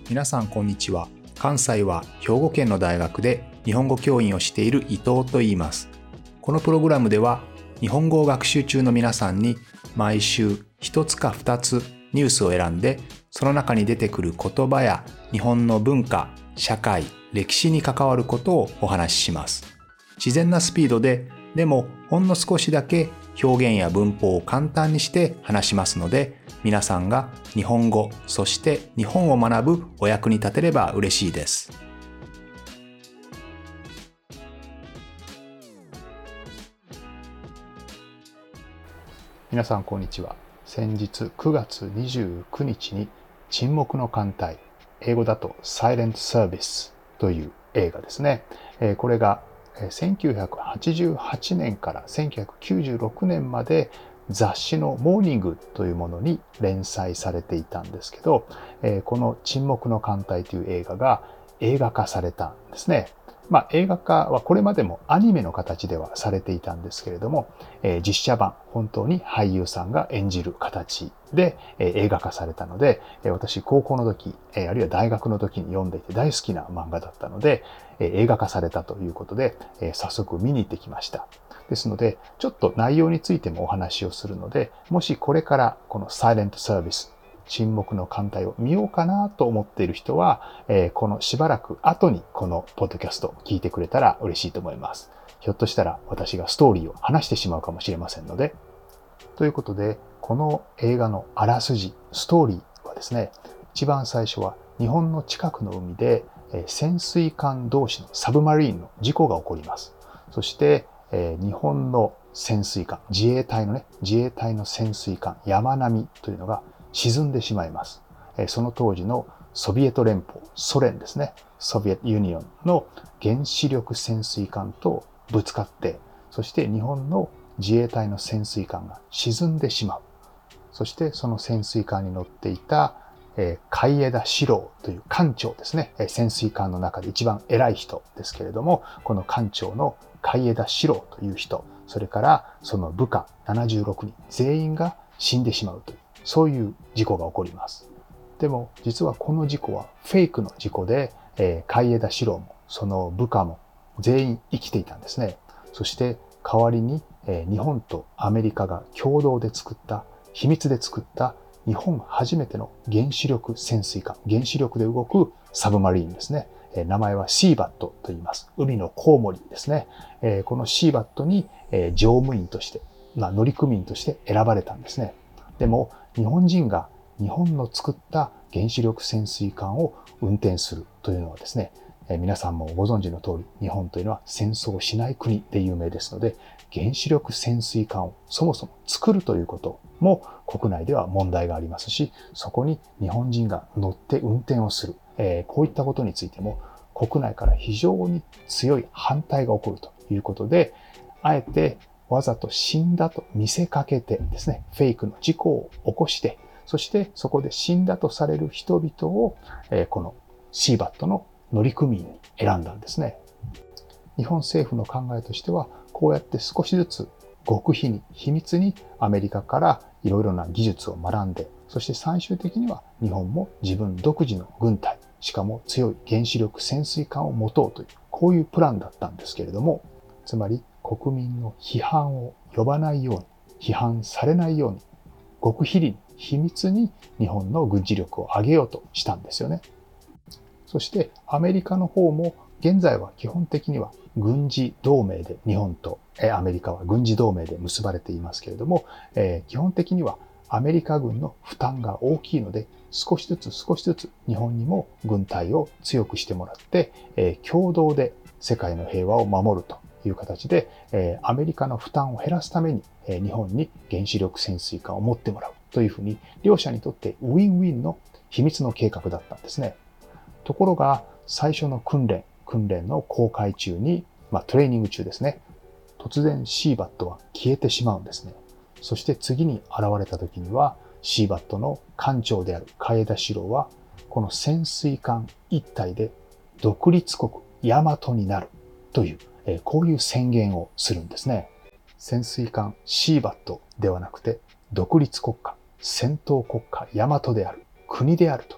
皆さんこんにちは。関西は兵庫県の大学で日本語教員をしている伊藤と言います。このプログラムでは日本語を学習中の皆さんに毎週1つか2つニュースを選んで、その中に出てくる言葉や日本の文化、社会、歴史に関わることをお話しします。自然なスピードで、でもほんの少しだけ表現や文法を簡単にして話しますので、皆さんが日本語、そして日本を学ぶお役に立てれば嬉しいです。皆さんこんにちは。先日9月29日に沈黙の艦隊、英語だと Silent Service という映画ですね。これが1988年から1996年まで雑誌のモーニングというものに連載されていたんですけど、この沈黙の艦隊という映画が映画化されたんですね。映画化はこれまでもアニメの形ではされていたんですけれども、実写版、本当に俳優さんが演じる形で映画化されたので、私高校の時、あるいは大学の時に読んでいて大好きな漫画だったので、映画化されたということで、早速見に行ってきました。ですので、ちょっと内容についてもお話をするので、もしこれからこのサイレントサービス、沈黙の艦隊を見ようかなと思っている人は、このしばらく後にこのポッドキャストを聞いてくれたら嬉しいと思います。ひょっとしたら私がストーリーを話してしまうかもしれませんので。ということで、この映画のあらすじ、ストーリーはですね、一番最初は日本の近くの海で潜水艦同士のサブマリーンの事故が起こります。そして日本の潜水艦、自衛隊の潜水艦山並というのが沈んでしまいます。その当時のソビエト連邦、ソ連ですね、ソビエトユニオンの原子力潜水艦とぶつかって、そして日本の自衛隊の潜水艦が沈んでしまう。そしてその潜水艦に乗っていた海江田四郎という艦長ですね。潜水艦の中で一番偉い人ですけれども、この艦長の海江田四郎という人、それからその部下76人全員が死んでしまうという、そういう事故が起こります。でも実はこの事故はフェイクの事故で、海江田四郎もその部下も全員生きていたんですね。そして代わりに日本とアメリカが共同で作った、秘密で作った日本初めての原子力潜水艦、原子力で動くサブマリーンですね。名前はシーバットと言います。海のコウモリですね。このシーバットに乗務員として、乗組員として選ばれたんですね。でも日本人が日本の作った原子力潜水艦を運転するというのはですね、皆さんもご存知の通り、日本というのは戦争をしない国で有名ですので、原子力潜水艦をそもそも作るということも国内では問題がありますし、そこに日本人が乗って運転をする、こういったことについても国内から非常に強い反対が起こるということで、あえてわざと死んだと見せかけてですね、フェイクの事故を起こして、そしてそこで死んだとされる人々を、このシーバットの乗組員に選んだんですね。日本政府の考えとしては、こうやって少しずつ極秘に、秘密にアメリカからいろいろな技術を学んで、そして最終的には日本も自分独自の軍隊、しかも強い原子力潜水艦を持とうという、こういうプランだったんですけれども、つまり国民の批判を呼ばないように、批判されないように、極秘裏に秘密に日本の軍事力を上げようとしたんですよね。そしてアメリカの方も現在は基本的には軍事同盟で日本とアメリカは軍事同盟で結ばれていますけれども、基本的にはアメリカ軍の負担が大きいので、少しずつ日本にも軍隊を強くしてもらって、共同で世界の平和を守るという形で、アメリカの負担を減らすために、日本に原子力潜水艦を持ってもらうというふうに、両者にとってウィンウィンの秘密の計画だったんですね。ところが最初の訓練の航海中に、トレーニング中ですね、突然シーバットは消えてしまうんですね。そして次に現れた時には、シーバットの艦長である海江田四郎は、この潜水艦一体で独立国大和になるという、こういう宣言をするんですね。潜水艦シーバットではなくて、独立国家、戦闘国家大和である、国であると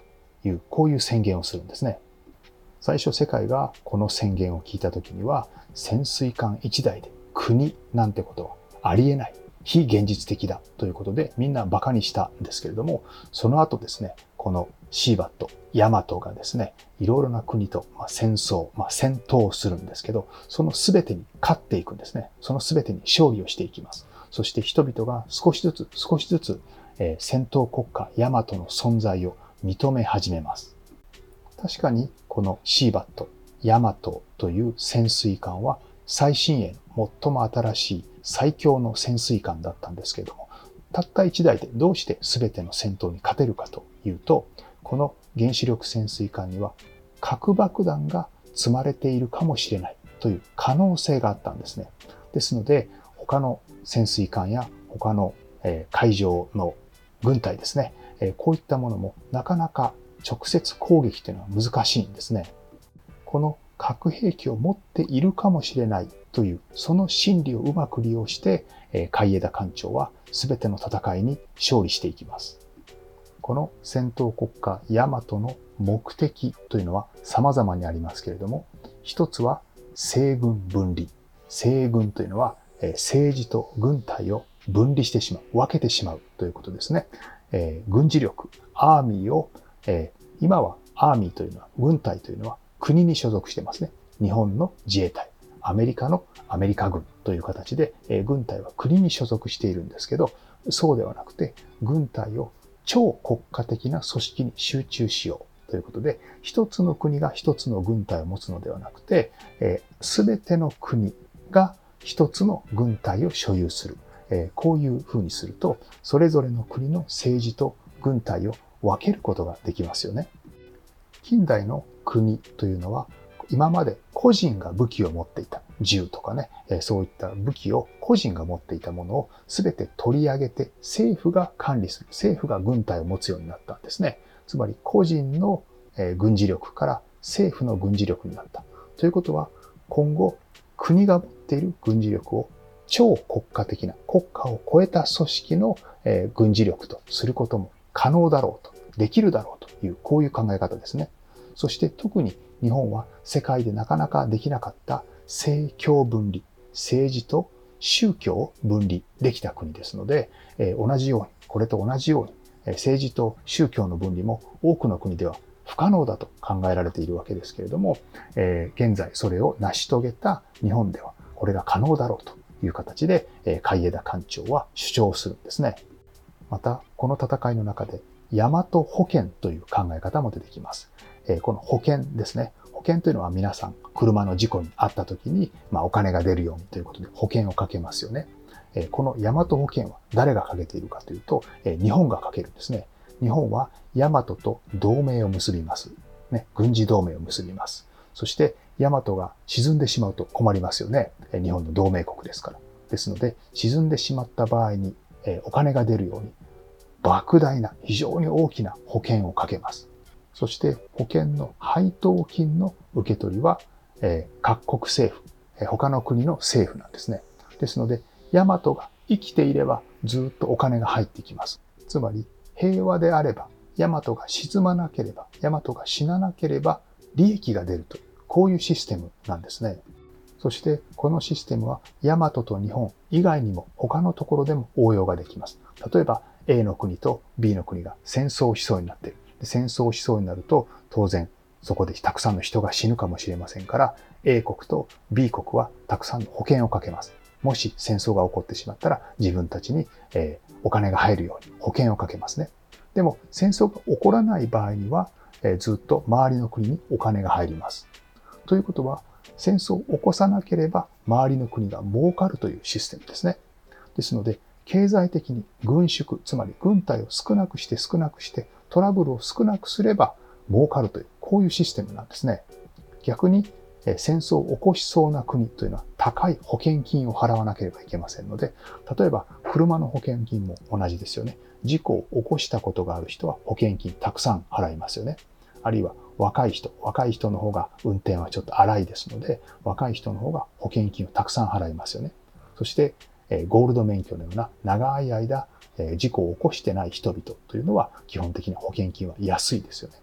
いう、こういう宣言をするんですね。最初世界がこの宣言を聞いた時には、潜水艦1台で国なんてことはありえない。非現実的だということでみんな馬鹿にしたんですけれども、その後ですね、このシーバット、ヤマトがですね、いろいろな国と戦争、戦闘をするんですけど、その全てに勝っていくんですね。その全てに勝利をしていきます。そして人々が少しずつ戦闘国家ヤマトの存在を認め始めます。確かにこのシーバット、ヤマトという潜水艦は最新鋭の最も新しい最強の潜水艦だったんですけれども、たった1台でどうして全ての戦闘に勝てるかというと、この原子力潜水艦には核爆弾が積まれているかもしれないという可能性があったんですね。ですので、他の潜水艦や他の海上の軍隊ですね、こういったものもなかなか直接攻撃というのは難しいんですね。この核兵器を持っているかもしれないという、その心理をうまく利用して、海江田艦長は全ての戦いに勝利していきます。この戦闘国家ヤマトの目的というのは様々にありますけれども、一つは西軍分離。西軍というのは政治と軍隊を分離してしまう、分けてしまうということですね。軍事力、アーミーを、今はアーミーというのは、軍隊というのは国に所属してますね。日本の自衛隊、アメリカのアメリカ軍という形で、軍隊は国に所属しているんですけど、そうではなくて、軍隊を超国家的な組織に集中しようということで、一つの国が一つの軍隊を持つのではなくて、すべての国が一つの軍隊を所有する。こういうふうにすると、それぞれの国の政治と軍隊を分けることができますよね。近代の国というのは、今まで個人が武器を持っていた、銃とかね、そういった武器を個人が持っていたものを全て取り上げて政府が管理する、政府が軍隊を持つようになったんですね。つまり個人の軍事力から政府の軍事力になった。ということは、今後国が持っている軍事力を超国家的な、国家を超えた組織の軍事力とすることも可能だろうと、できるだろうという、こういう考え方ですね。そして特に日本は世界でなかなかできなかった政教分離、政治と宗教を分離できた国ですので、同じように、これと同じように、政治と宗教の分離も多くの国では不可能だと考えられているわけですけれども、現在それを成し遂げた日本ではこれが可能だろうという形で、海江田艦長は主張するんですね。また、この戦いの中で大和保険という考え方も出てきます。この保険ですね。保険というのは皆さん車の事故に遭った時に、お金が出るようにということで保険をかけますよね。この大和保険は誰がかけているかというと、日本がかけるんですね。日本は大和と同盟を結びます。ね、軍事同盟を結びます。そして大和が沈んでしまうと困りますよね。日本の同盟国ですから。ですので、沈んでしまった場合にお金が出るように莫大な非常に大きな保険をかけます。そして保険の配当金の受け取りは、各国政府、他の国の政府なんですね。ですので、大和が生きていればずっとお金が入ってきます。つまり平和であれば、大和が沈まなければ、大和が死ななければ利益が出るという、こういうシステムなんですね。そしてこのシステムは大和と日本以外にも他のところでも応用ができます。例えば A の国と B の国が戦争をしそうになっている。戦争をしそうになると当然そこでたくさんの人が死ぬかもしれませんから A 国と B 国はたくさんの保険をかけます。もし戦争が起こってしまったら自分たちにお金が入るように保険をかけますね。でも戦争が起こらない場合にはずっと周りの国にお金が入ります。ということは戦争を起こさなければ周りの国が儲かるというシステムですね。ですので経済的に軍縮、つまり軍隊を少なくしてトラブルを少なくすれば儲かるという、こういうシステムなんですね。逆に戦争を起こしそうな国というのは高い保険金を払わなければいけませんので、例えば車の保険金も同じですよね。事故を起こしたことがある人は保険金たくさん払いますよね。あるいは若い人の方が運転はちょっと荒いですので、若い人の方が保険金をたくさん払いますよね。そしてゴールド免許のような長い間事故を起こしてない人々というのは基本的に保険金は安いですよね。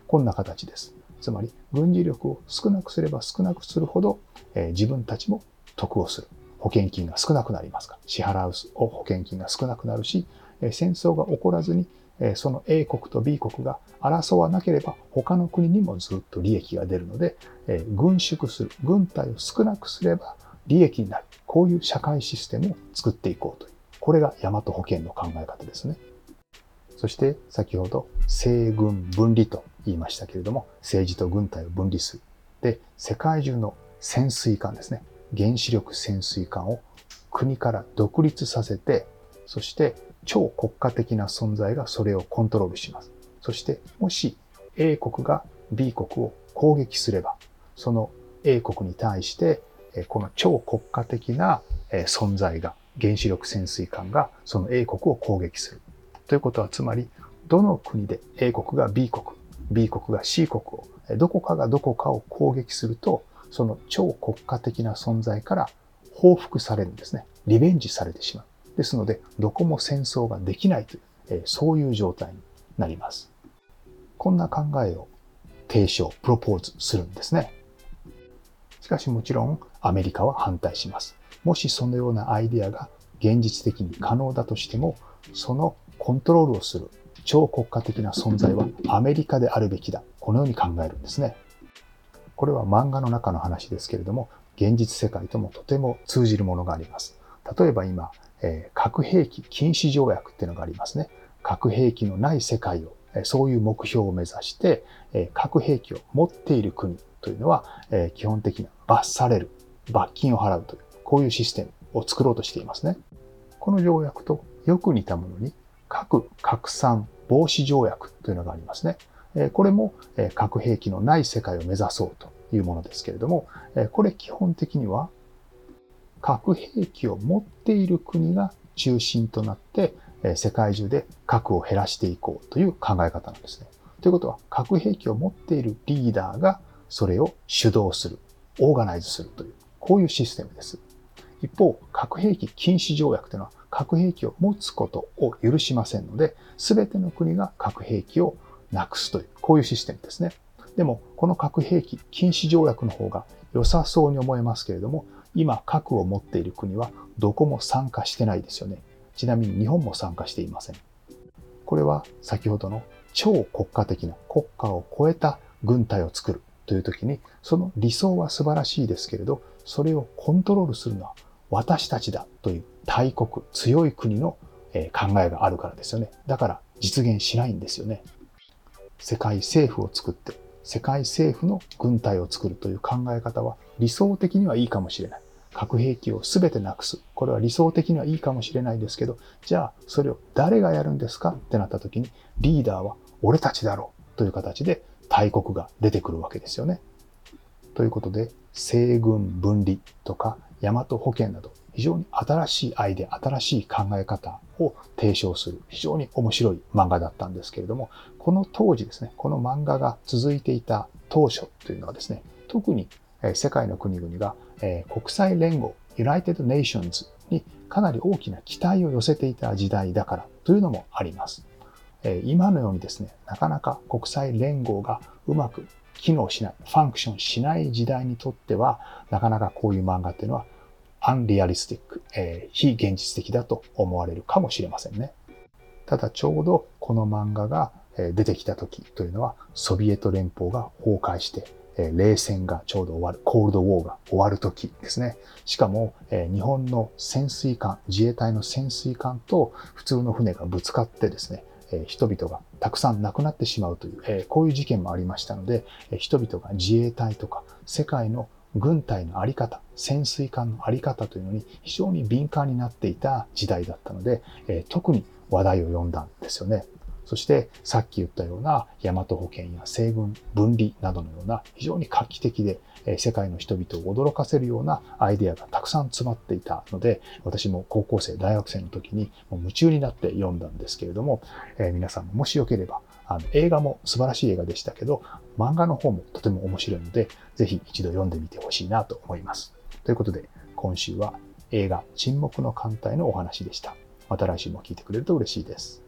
こんな形です。つまり軍事力を少なくすれば少なくするほど、自分たちも得をする。保険金が少なくなりますから、支払う保険金が少なくなるし、戦争が起こらずに、その A 国と B 国が争わなければ他の国にもずっと利益が出るので、軍縮する、軍隊を少なくすれば利益になる。こういう社会システムを作っていこうという。これが大和保険の考え方ですね。そして先ほど政軍分離と言いましたけれども、政治と軍隊を分離する。で、世界中の潜水艦ですね。原子力潜水艦を国から独立させて、そして超国家的な存在がそれをコントロールします。そしてもし A 国が B 国を攻撃すれば、その A 国に対してこの超国家的な存在が、原子力潜水艦がその A 国を攻撃する。ということは、つまりどの国で A 国が B 国、B 国が C 国を、どこかがどこかを攻撃すると、その超国家的な存在から報復されるんですね。リベンジされてしまう。ですので、どこも戦争ができないという、そういう状態になります。こんな考えを提唱、プロポーズするんですね。しかしもちろんアメリカは反対します。もしそのようなアイデアが現実的に可能だとしても、そのコントロールをする超国家的な存在はアメリカであるべきだ。このように考えるんですね。これは漫画の中の話ですけれども、現実世界ともとても通じるものがあります。例えば今、核兵器禁止条約っていうのがありますね。核兵器のない世界を、そういう目標を目指して、核兵器を持っている国というのは、基本的には罰される、罰金を払うという、こういうシステムを作ろうとしていますね。この条約とよく似たものに、核拡散防止条約というのがありますね。これも核兵器のない世界を目指そうというものですけれども、これ基本的には核兵器を持っている国が中心となって世界中で核を減らしていこうという考え方なんですね。ということは、核兵器を持っているリーダーがそれを主導する、オーガナイズするという、こういうシステムです。一方、核兵器禁止条約というのは核兵器を持つことを許しませんので、すべての国が核兵器をなくすという、こういうシステムですね。でも、この核兵器禁止条約の方が良さそうに思えますけれども、今核を持っている国はどこも参加してないですよね。ちなみに日本も参加していません。これは先ほどの超国家的な国家を超えた軍隊を作るという時に、その理想は素晴らしいですけれど、それをコントロールするのは私たちだという大国、強い国の考えがあるからですよね。だから実現しないんですよね。世界政府を作って、世界政府の軍隊を作るという考え方は理想的にはいいかもしれない。核兵器を全てなくす。これは理想的にはいいかもしれないですけど、じゃあそれを誰がやるんですかってなった時に、リーダーは俺たちだろうという形で大国が出てくるわけですよね。ということで、西軍分離とか大和保険など、非常に新しいアイデア、新しい考え方を提唱する非常に面白い漫画だったんですけれども、この当時ですね、この漫画が続いていた当初というのはですね、特に世界の国々が国際連合、United Nations にかなり大きな期待を寄せていた時代だからというのもあります。今のようにですね、なかなか国際連合がうまく機能しない、ファンクションしない時代にとっては、なかなかこういう漫画っていうのはアンリアリスティック、非現実的だと思われるかもしれませんね。ただちょうどこの漫画が出てきた時というのは、ソビエト連邦が崩壊して、冷戦がちょうど終わる、コールドウォーが終わる時ですね。しかも、日本の潜水艦、自衛隊の潜水艦と普通の船がぶつかってですね、人々がたくさん亡くなってしまうという、こういう事件もありましたので、人々が自衛隊とか世界の軍隊のあり方、潜水艦のあり方というのに非常に敏感になっていた時代だったので、特に話題を呼んだんですよね。そしてさっき言ったような大和保険や西軍分離などのような非常に画期的で世界の人々を驚かせるようなアイデアがたくさん詰まっていたので、私も高校生、大学生の時にもう夢中になって読んだんですけれども、皆さんももしよければ、映画も素晴らしい映画でしたけど、漫画の方もとても面白いので、ぜひ一度読んでみてほしいなと思います。ということで、今週は映画沈黙の艦隊のお話でした。また来週も聞いてくれると嬉しいです。